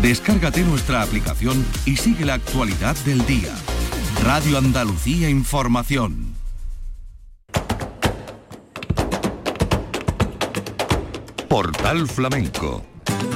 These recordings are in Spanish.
Descárgate nuestra aplicación y sigue la actualidad del día. Radio Andalucía Información. Portal Flamenco.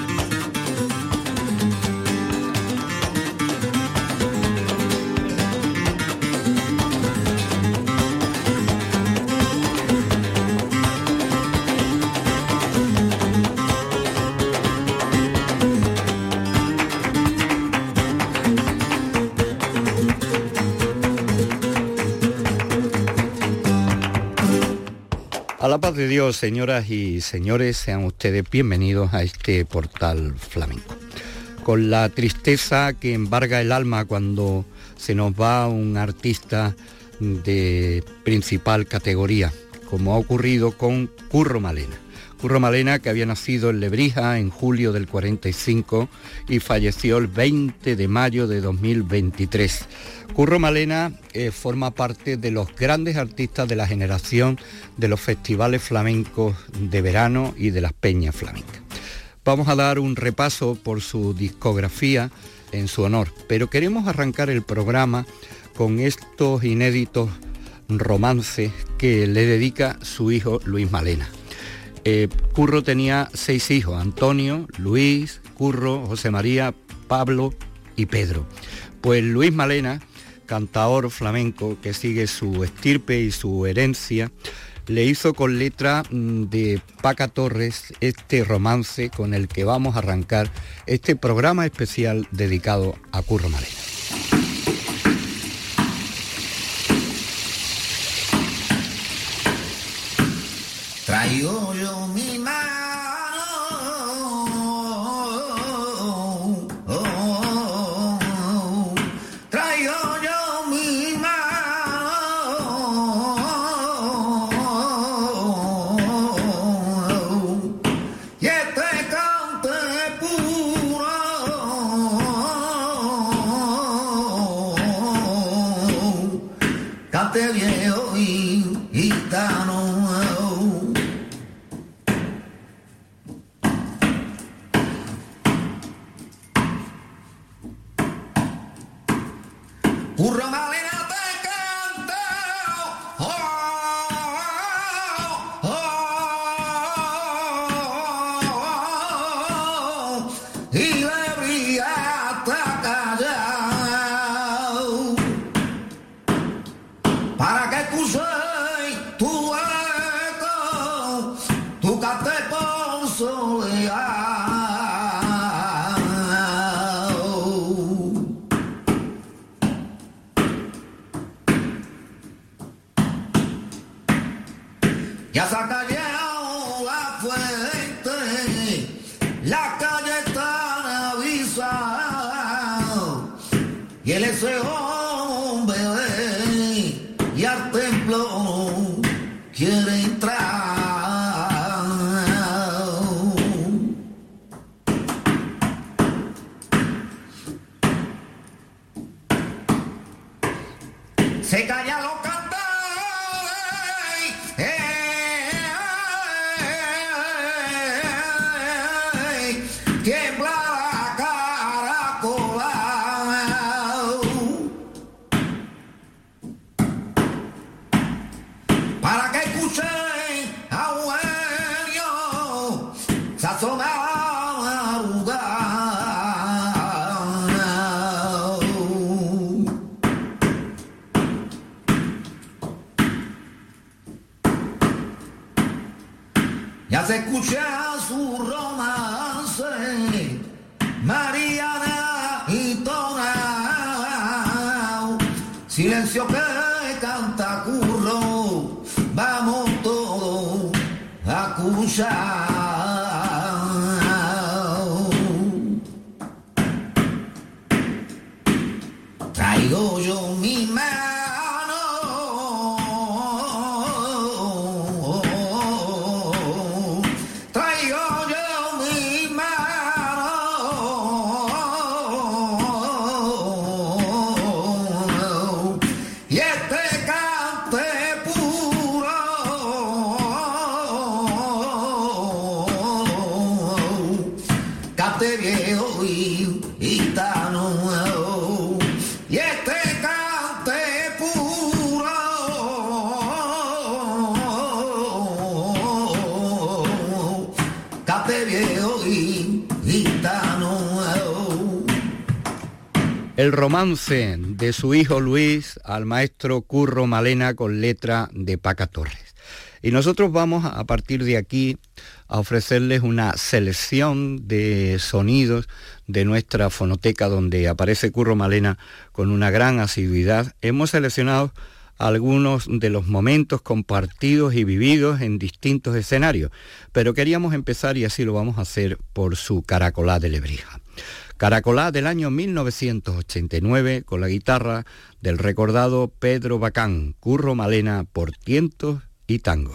A la paz de Dios, señoras y señores, sean ustedes bienvenidos a este Portal Flamenco. Con la tristeza que embarga el alma cuando se nos va un artista de principal categoría, como ha ocurrido con Curro Malena. Curro Malena, que había nacido en Lebrija en julio del 45 y falleció el 20 de mayo de 2023. Curro Malena forma parte de los grandes artistas de la generación de los festivales flamencos de verano y de las peñas flamencas. Vamos a dar un repaso por su discografía en su honor, pero queremos arrancar el programa con estos inéditos romances que le dedica su hijo Luis Malena. Curro tenía 6 hijos: Antonio, Luis, Curro, José María, Pablo y Pedro. Pues Luis Malena, cantaor flamenco que sigue su estirpe y su herencia, le hizo con letra de Paca Torres este romance con el que vamos a arrancar este programa especial dedicado a Curro Malena. Traigo yo mi mano, traigo yo mi mano, y este cante puro, cante viejo y gitano. Curro Malena te canta, y le brilla hasta callao, para que escuches tu eco, tu cante por solear. Ya se ha callado la fuente, la calle está avisada, y él ese hombre y al templo quiere entrar. Se calla los cantores, tiembla la caracola, para que escuchen a Eugenio, se asoma a arrugar. Ya se escucha su romance, Mariana y Tonao, silencio que canta Curro, vamos todos a escuchar. Traigo yo mi mano, traigo yo mi mano, viejo y gitano, y este cante puro, cante viejo y gitano. El romance de su hijo Luis al maestro Curro Malena con letra de Paca Torres. Y nosotros vamos a partir de aquí a ofrecerles una selección de sonidos de nuestra fonoteca donde aparece Curro Malena con una gran asiduidad. Hemos seleccionado algunos de los momentos compartidos y vividos en distintos escenarios, pero queríamos empezar, y así lo vamos a hacer, por su Caracolá de Lebrija. Caracolá del año 1989 con la guitarra del recordado Pedro Bacán, Curro Malena por tientos y tango.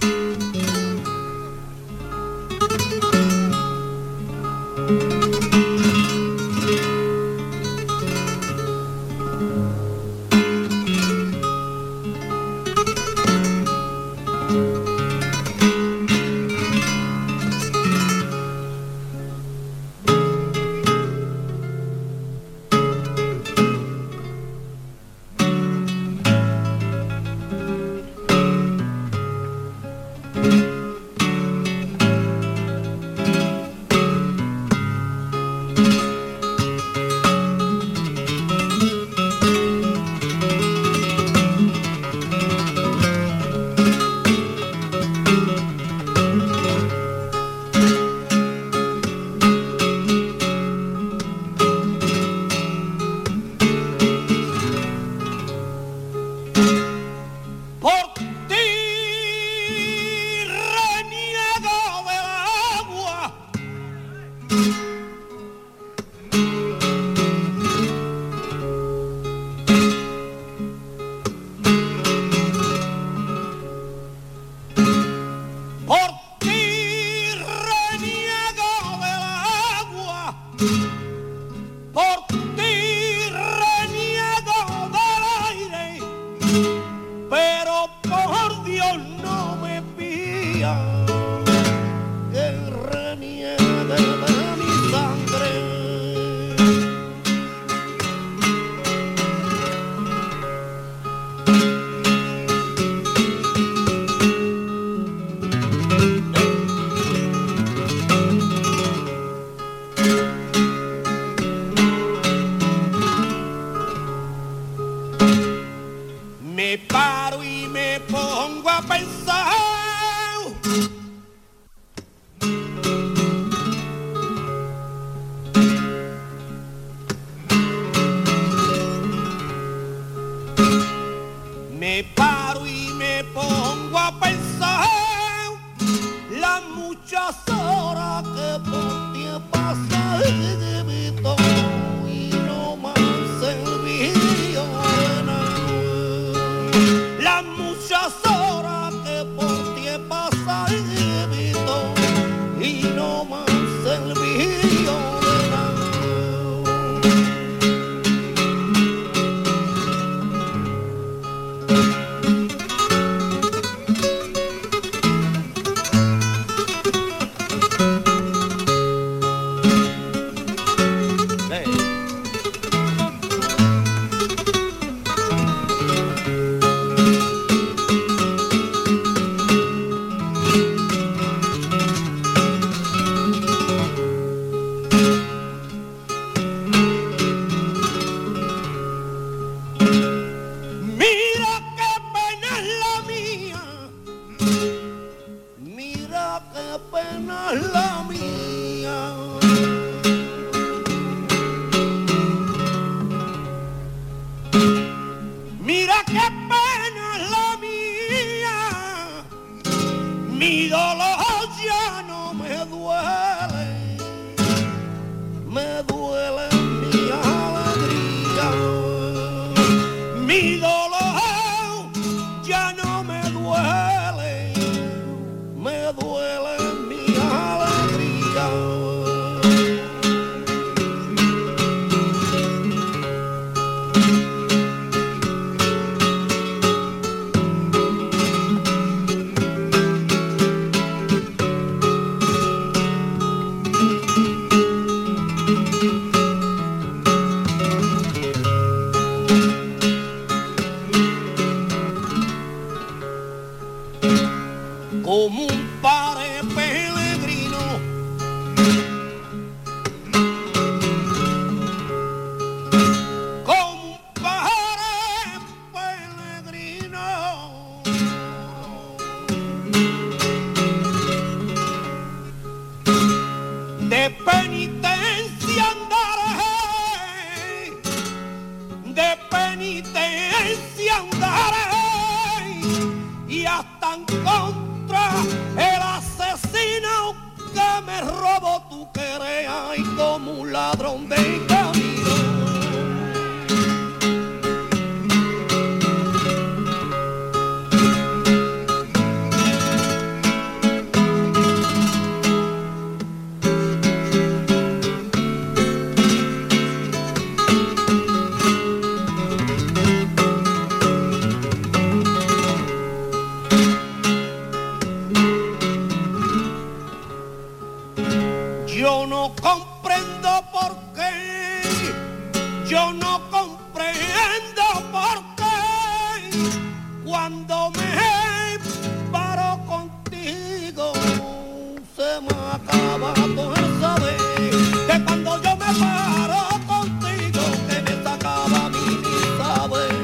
ladrón de camino. Yo no comprendo por qué, yo no comprendo por qué, cuando me paro contigo, se me acaba todo el saber, que cuando yo me paro contigo, que me sacaba mi saber.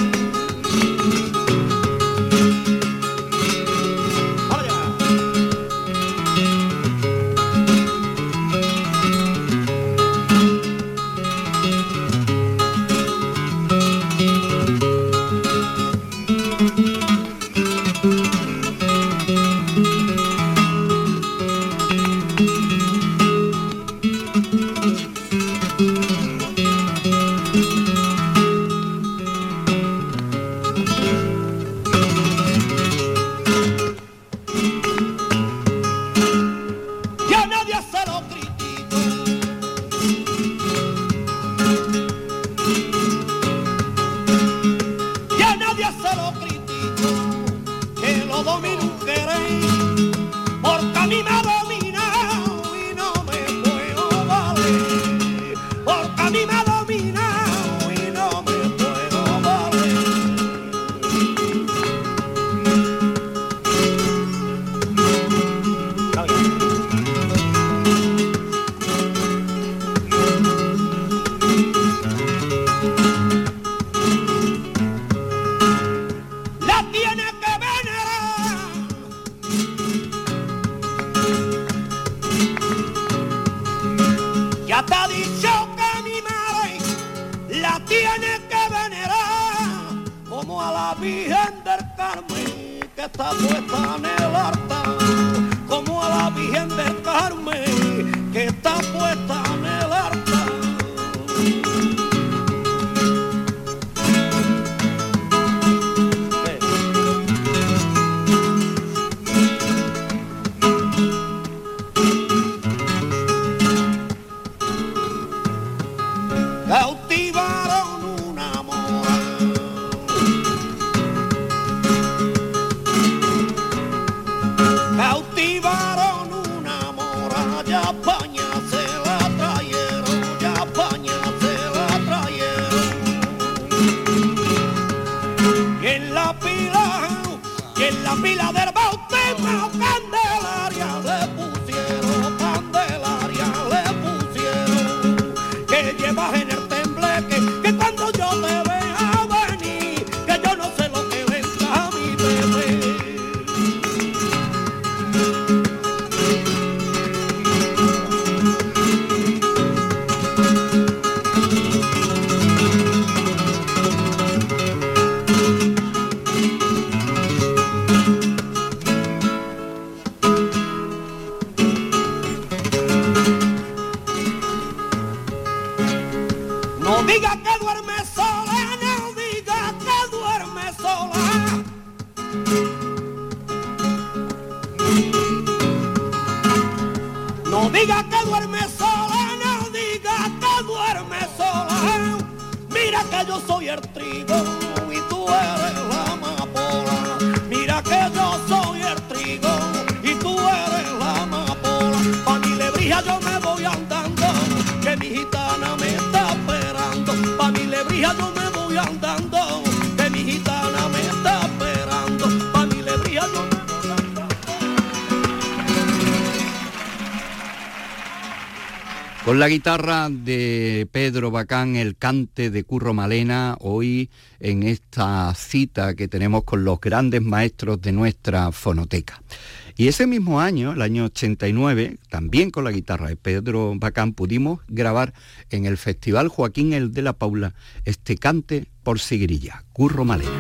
Con la guitarra de Pedro Bacán, el cante de Curro Malena, hoy en esta cita que tenemos con los grandes maestros de nuestra fonoteca. Y ese mismo año, el año 89, también con la guitarra de Pedro Bacán, pudimos grabar en el Festival Joaquín el de la Paula este cante por Sigrilla, Curro Malena.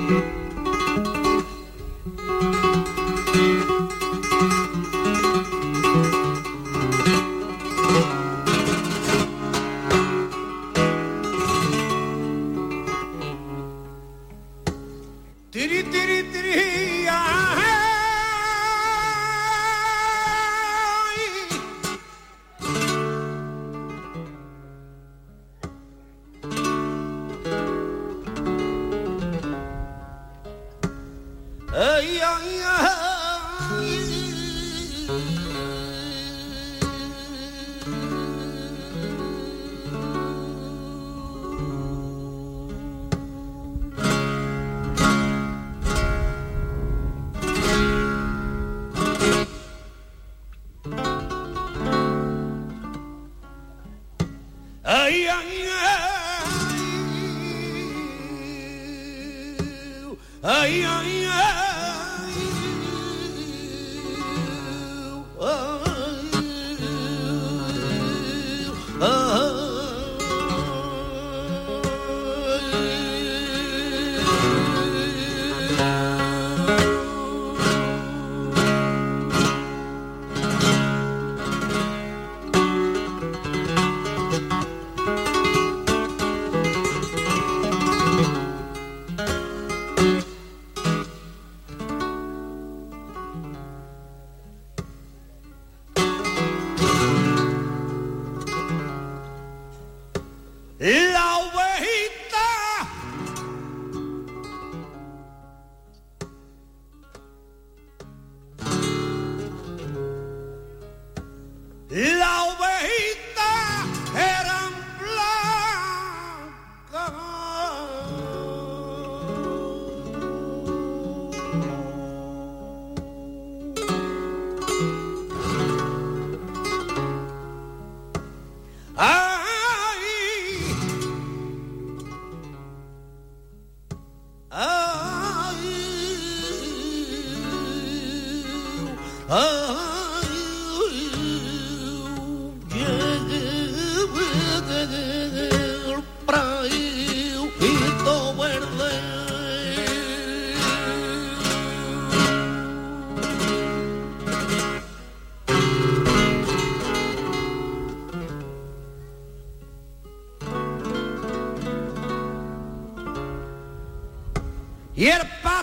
Y el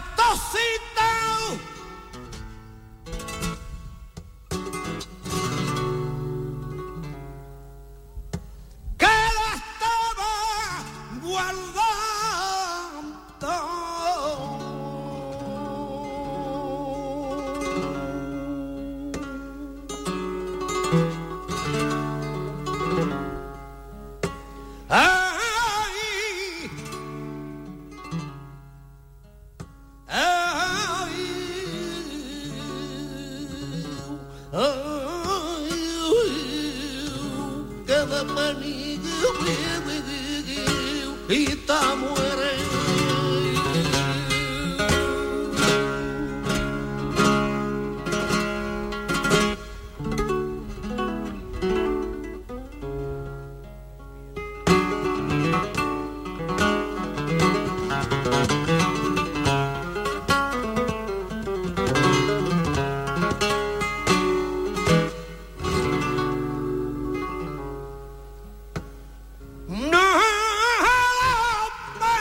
patocito que lo estaba guardando. No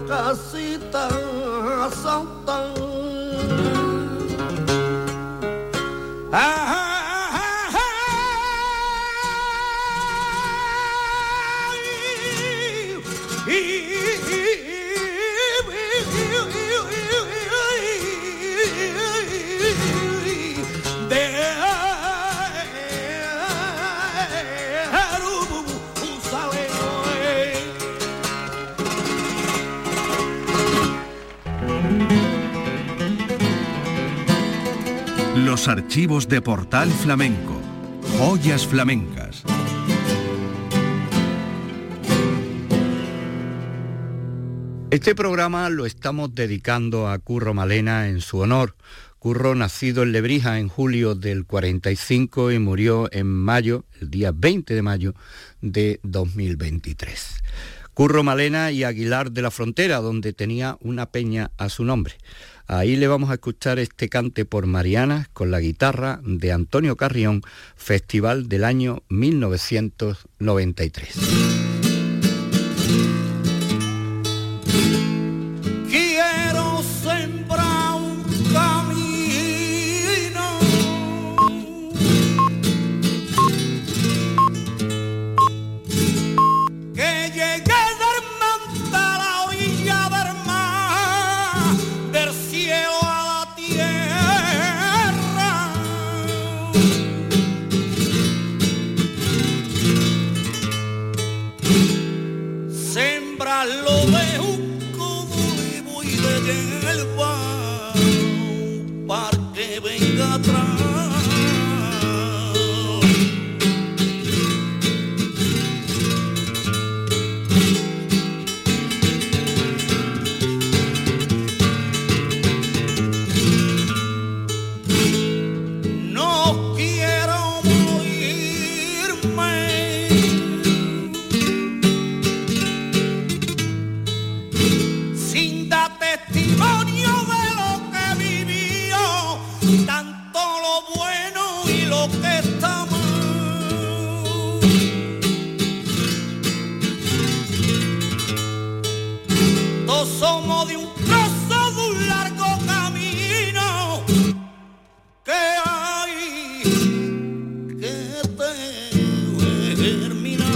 casita santa. Los archivos de Portal Flamenco. Joyas flamencas. Este programa lo estamos dedicando a Curro Malena en su honor. Curro, nacido en Lebrija en julio del 45 y murió en mayo, el día 20 de mayo de 2023. Curro Malena y Aguilar de la Frontera, donde tenía una peña a su nombre. Ahí le vamos a escuchar este cante por Marianas con la guitarra de Antonio Carrión, festival del año 1993. Quiero sembrar un camino que llegue del monte a la orilla del mar, del cielo a la tierra. Sembrarlo de un el para que venga atrás. No quiero morirme sin dar testimonio de lo que vivió, tanto lo bueno y lo que está mal. Todos somos de un trozo de un largo camino que hay que terminar.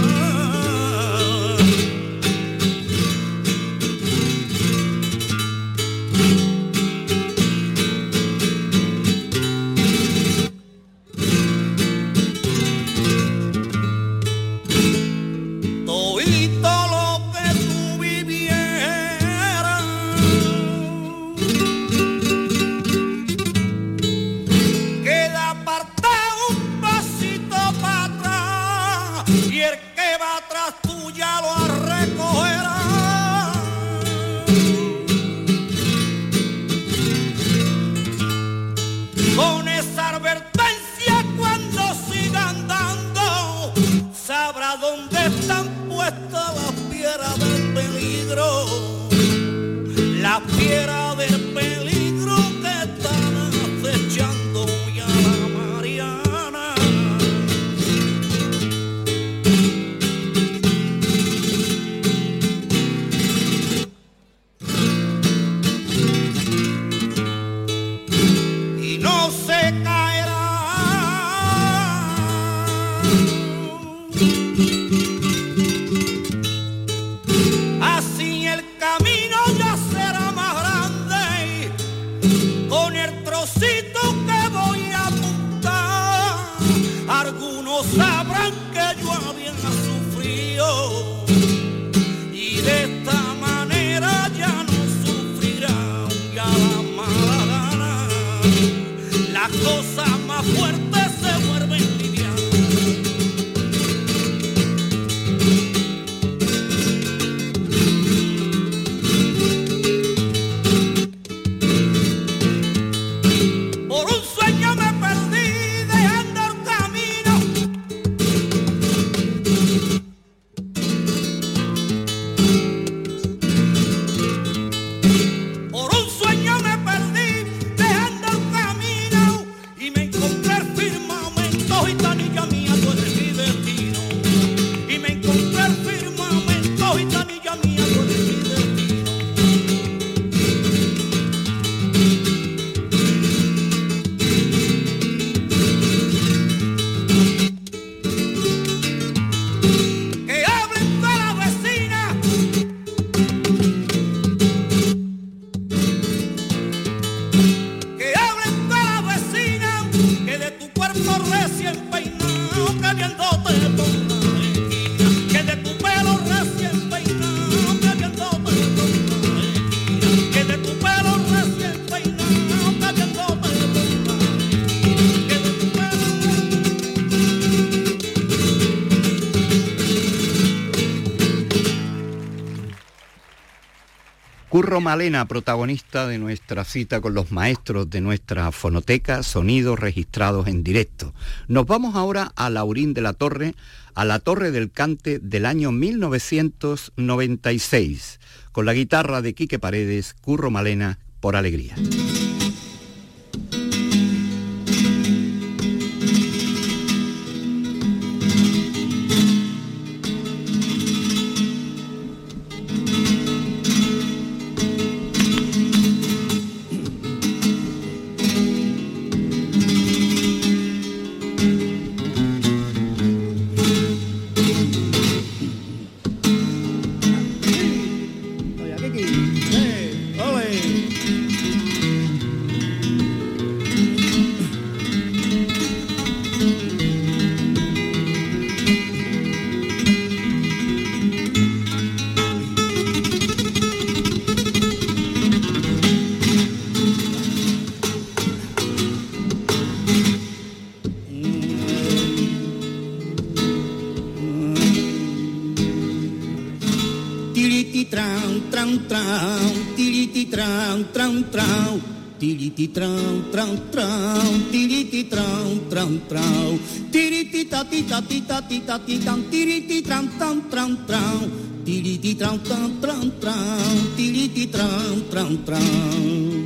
La fiera del peligro que están acechando ya la Mariana. Y no se caerá. Así el camino ya será más grande, con el trocito que voy a apuntar. Algunos sabrán que yo había sufrido y de esta manera ya no sufrirán ya la mala gana. Las cosas más fuertes se vuelven livianas. Por un sueño me perdí, dejando el camino y me encontré Curro Malena, protagonista de nuestra cita con los maestros de nuestra fonoteca, sonidos registrados en directo. Nos vamos ahora a Laurín de la Torre, a la Torre del Cante del año 1996, con la guitarra de Quique Paredes, Curro Malena, Por Alegría. Tiriti tran tran tran, tiriti tran tran tran, tiriti ta tita tita tita titan, tiriti tran tran tran tran, tiriti tran tran tran tran, tiriti tran tran tran.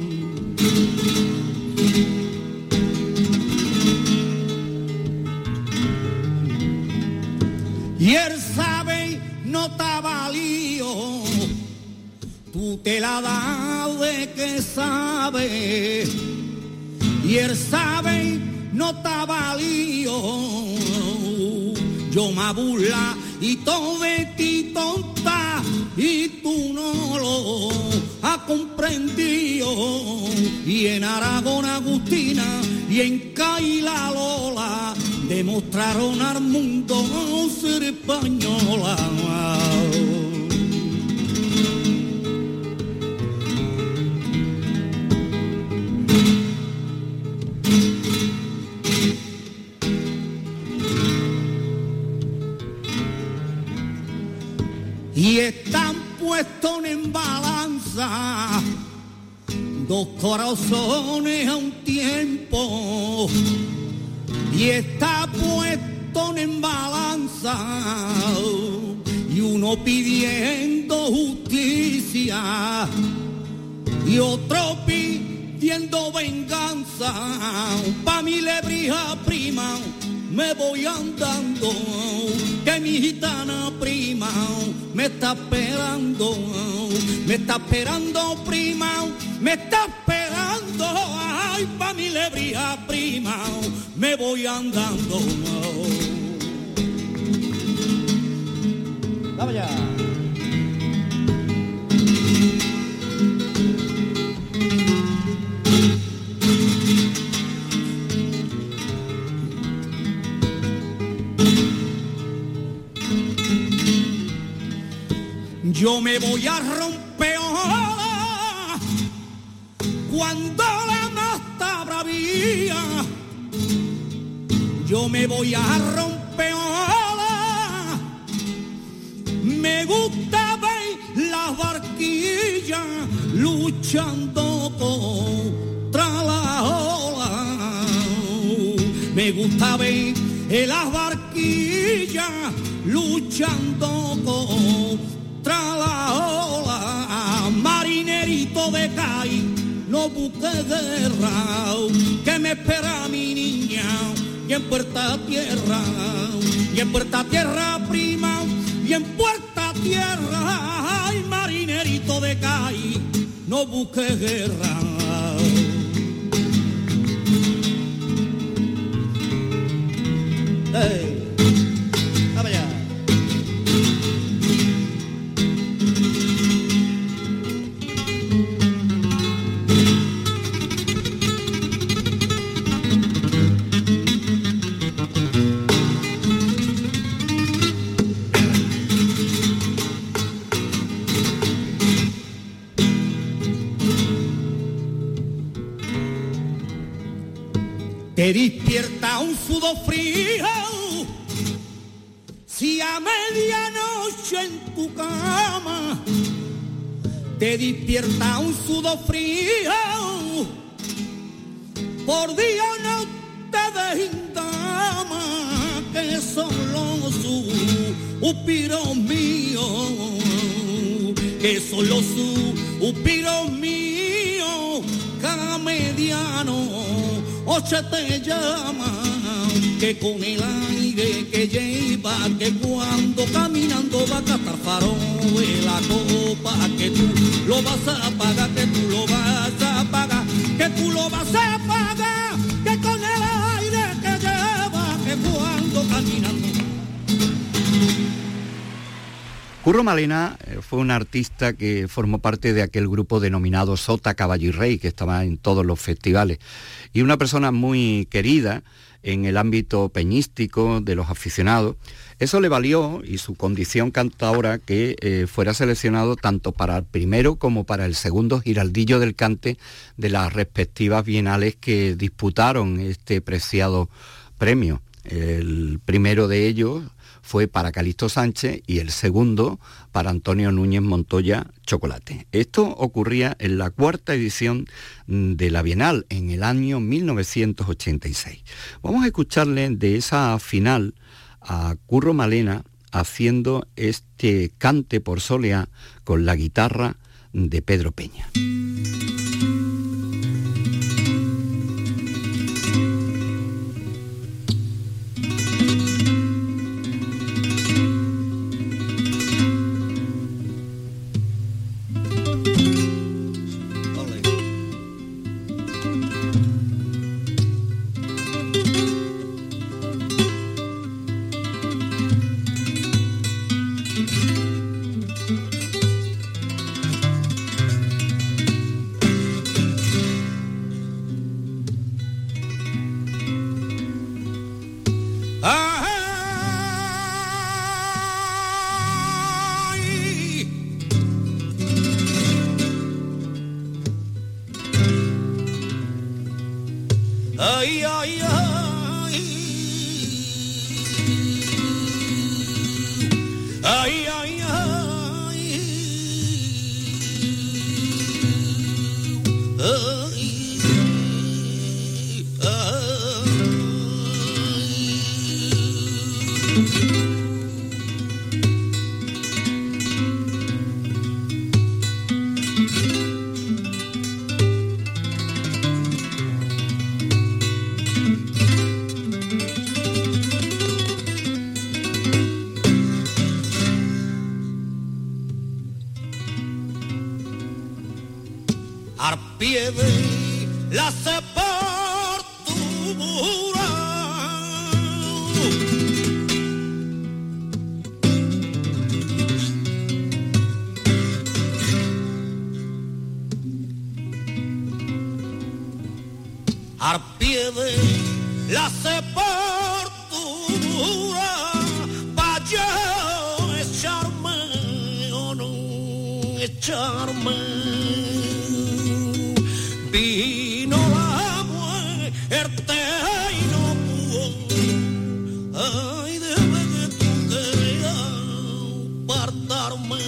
Y él sabe no estaba lío, tú te la das de que sabe, y él sabe no estaba lío, yo me burla y todo de ti tonta, y tú no lo has comprendido, y en Aragón Agustina y en Caila Lola demostraron al mundo ser española. Y están puestos en balanza dos corazones a un tiempo, y está puesto en balanza y uno pidiendo justicia y otro pidiendo venganza. Pa' mi lebrija prima me voy andando, que mi gitana prima me está esperando prima, me está esperando. Ay, pa' mi lebrija prima me voy andando. Vamos allá. Yo me voy a romper cuando la mata bravía, yo me voy a romper. Me gusta ver las barquillas luchando contra la ola, me gusta ver las barquillas luchando contra la ola. Marinerito de Cádiz, no busques guerra, que me espera mi niña, y en Puerta Tierra, y en Puerta Tierra prima, y en Puerta Tierra. Ay, marinerito de Cádiz, no busques guerra. Hey. Vamos allá. Te despierta un sudor frío si a medianoche en tu cama te despierta un sudor frío, por día no te desindama, que son los suspiros míos, que son los suspiros míos, cada mediano oche te llama, que con el aire que lleva, que cuando caminando va a gastar farol de la copa, que tú lo vas a pagar, que tú lo vas a pagar, que tú lo vas a pagar, que con el aire que lleva, que cuando caminando. Curro Malena fue un artista que formó parte de aquel grupo denominado Sota, Caballo y Rey, que estaba en todos los festivales, y una persona muy querida en el ámbito peñístico de los aficionados. Eso le valió, y su condición cantaora, que fuera seleccionado tanto para el primero como para el segundo Giraldillo del Cante de las respectivas bienales que disputaron este preciado premio. El primero de ellos fue para Calixto Sánchez y el segundo para Antonio Núñez Montoya Chocolate. Esto ocurría en la cuarta edición de la Bienal, en el año 1986. Vamos a escucharle de esa final a Curro Malena haciendo este cante por soleá con la guitarra de Pedro Peña. Ay, ay, ay, ay, ay, al pie de la sepultura, al pie de la sepultura, pa' yo echarme o no echarme. Vino la muerte y no pudo, ay, debe que tú querías apartarme.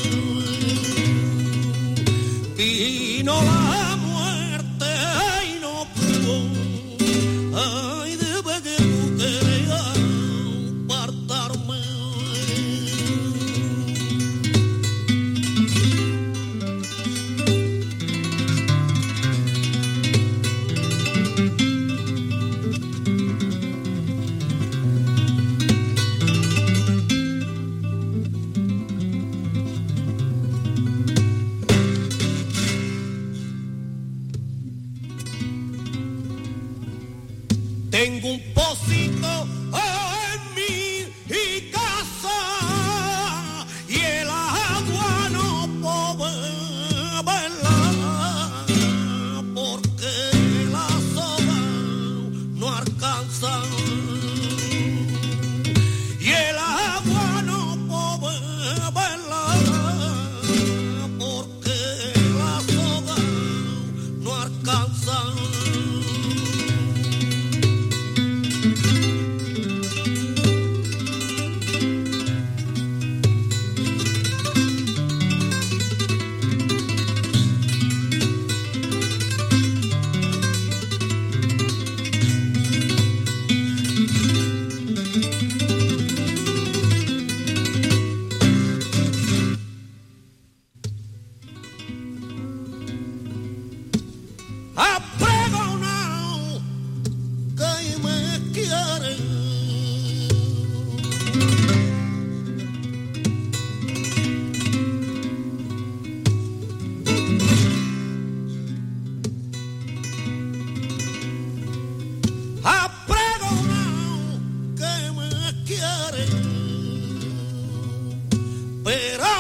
Vino la muerte y no pudo, ay, debe que tú querías apartarme.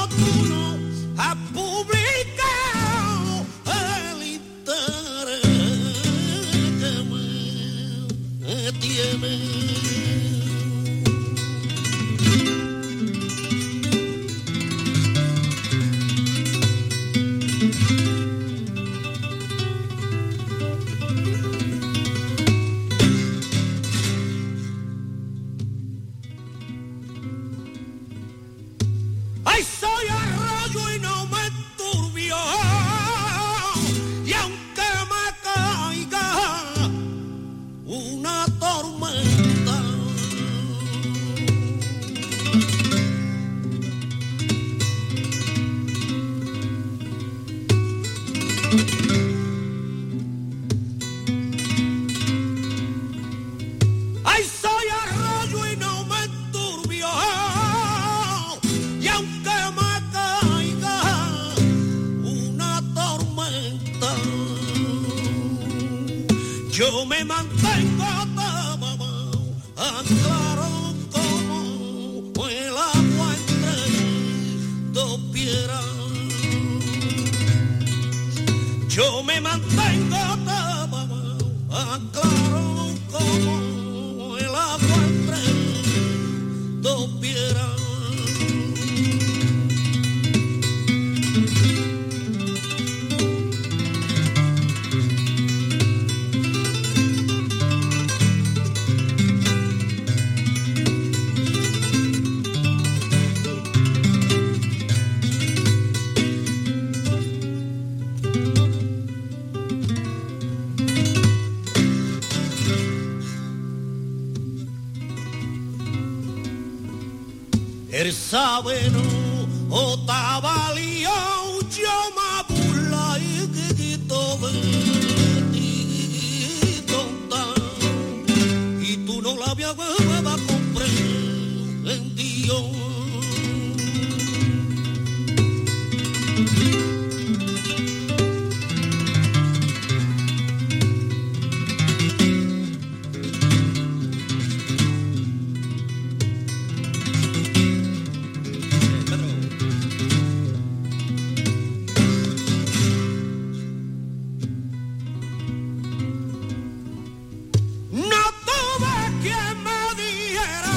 tú no has publicado el interés que me tiene. Ay, soy arroyo y no me enturbio, y aunque me caiga una tormenta, ay, soy arroyo y no me enturbio, y aunque me caiga una tormenta, yo me mantengo anclado como el agua entre dos piedras. Yo me mantengo anclado como el agua entre dos piedras. Él sabe no estaba liado, yo me burla y que quito de ti, tonta, y tú no la habías comprendido. No tuve quien me dijera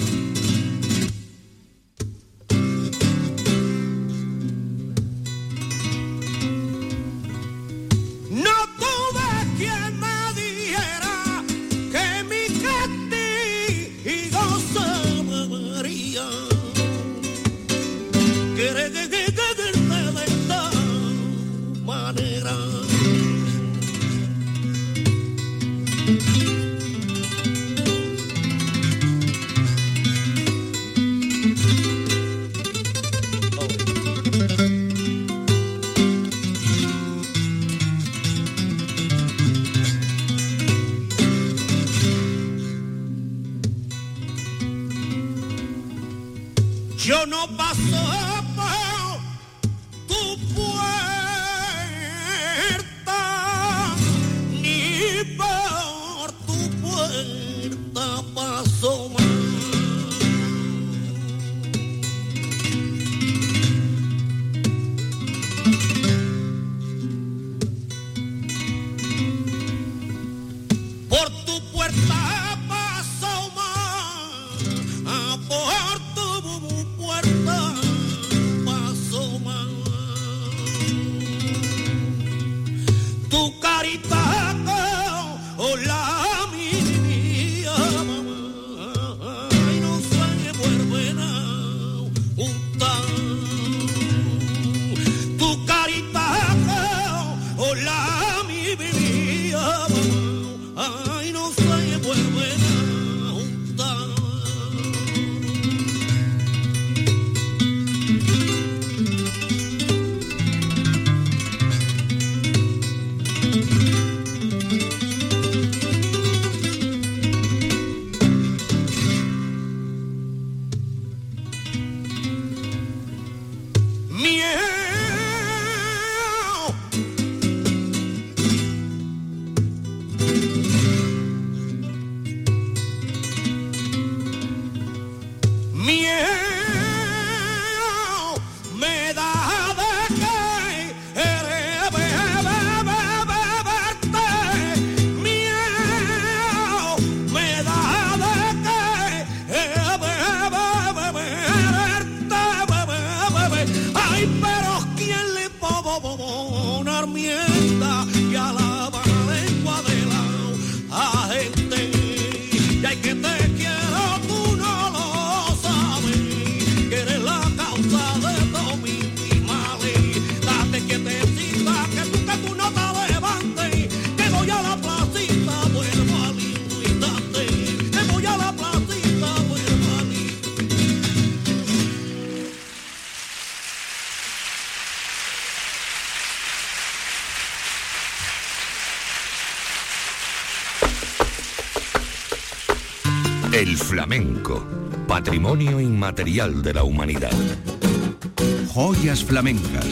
Yo no paso por tu puerta, ni por tu puerta paso más. Por tu puerta paso más, por tu puerta paso más. Tu carita con la mía, y no se vuelven a juntar. Tu carita con la mía, ay, no se vuelven a juntar. El flamenco, patrimonio inmaterial de la humanidad. Joyas flamencas.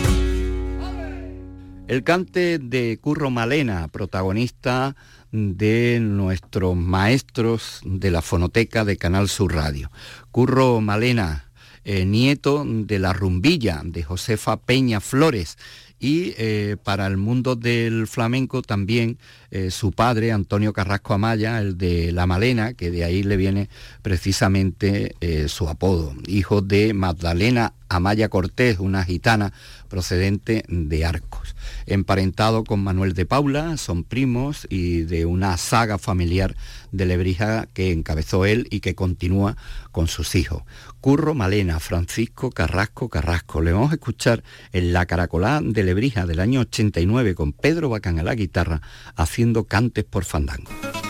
El cante de Curro Malena, protagonista de nuestros maestros de la fonoteca de Canal Sur Radio. Curro Malena, nieto de la rumbilla de Josefa Peña Flores, y para el mundo del flamenco también su padre, Antonio Carrasco Amaya, el de La Malena, que de ahí le viene precisamente su apodo, hijo de Magdalena Amaya Cortés, una gitana procedente de Arcos. Emparentado con Manuel de Paula, son primos y de una saga familiar de Lebrija que encabezó él y que continúa con sus hijos. Curro Malena, Francisco Carrasco Carrasco. Le vamos a escuchar en La Caracolá de Lebrija del año 89 con Pedro Bacán a la guitarra, haciendo cantes por fandango.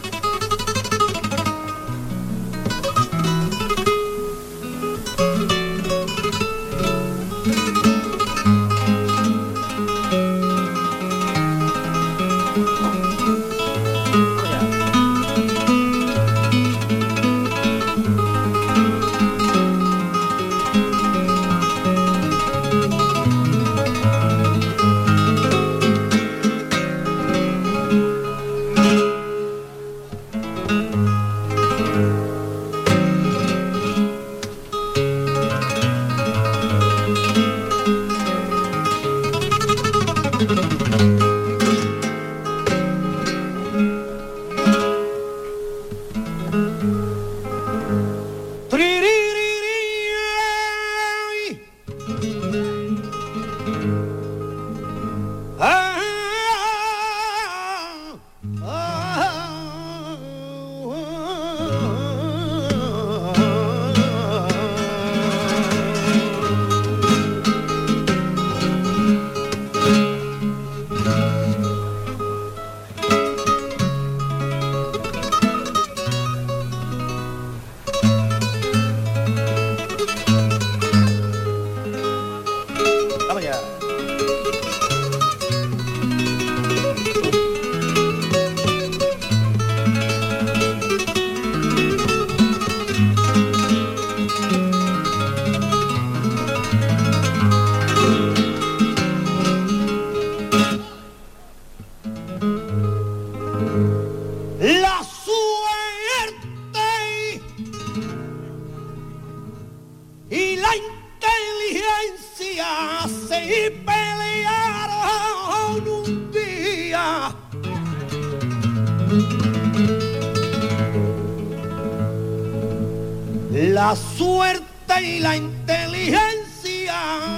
La suerte y la inteligencia,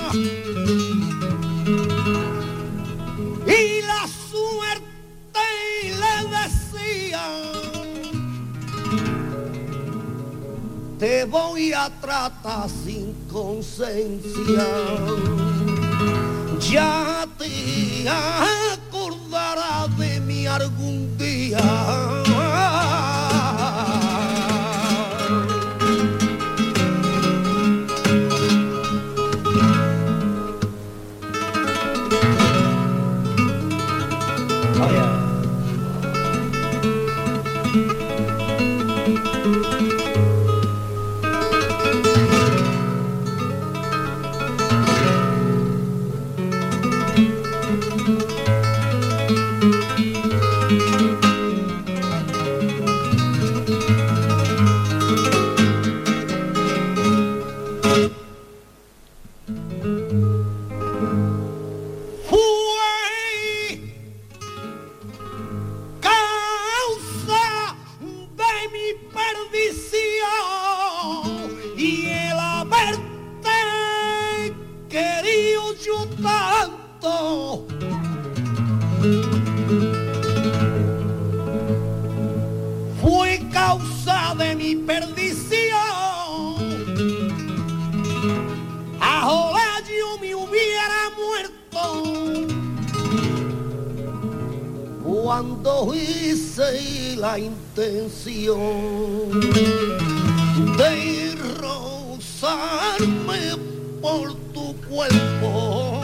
y la suerte le decía: te voy a tratar sin conciencia, ya te acordarás de mí algún día. Fue causa de mi perdición. Ahora yo me hubiera muerto cuando hice la intención de rozarme por tu cuerpo.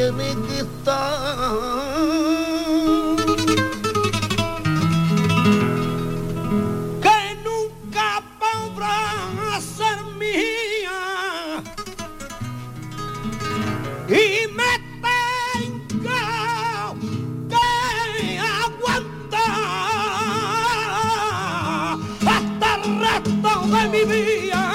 tiene que estar. Que nunca podrá ser mía y me tenga que aguantar hasta el resto de mi vida.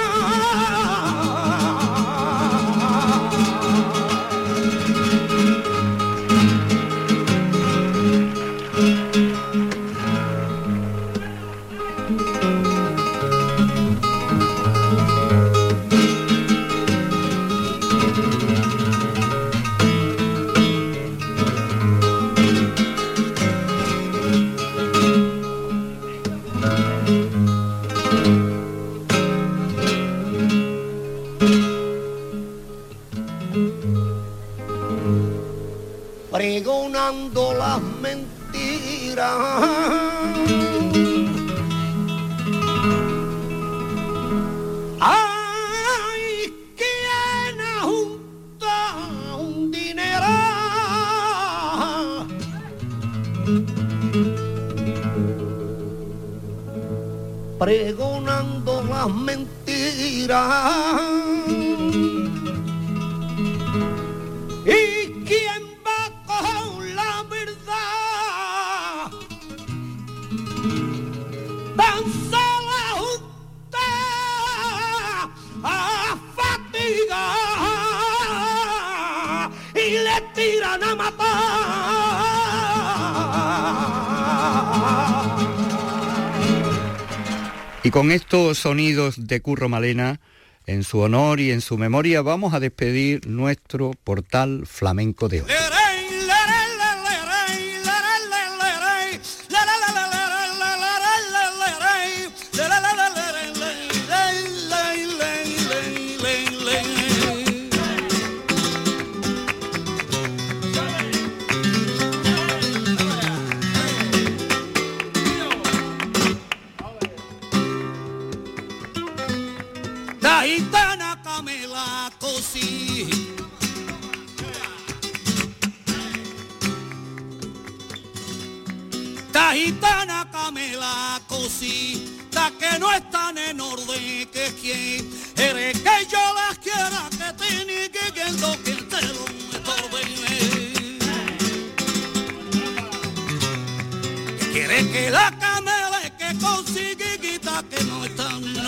Pregonando las mentiras, hay quien junta un dinero pregonando las mentiras. ¿Y quién va con la verdad? Tan solo usted a fatiga y le tiran a matar. Y con estos sonidos de Curro Malena, en su honor y en su memoria, vamos a despedir nuestro portal flamenco de hoy. La gitana Camela cosí, la gitana Camela cosí, la que no están en orden, que quien eres que yo las quiera, que tiene que quien lo que te lo estorbe. Que quiere que la Camela que consigue quita que no están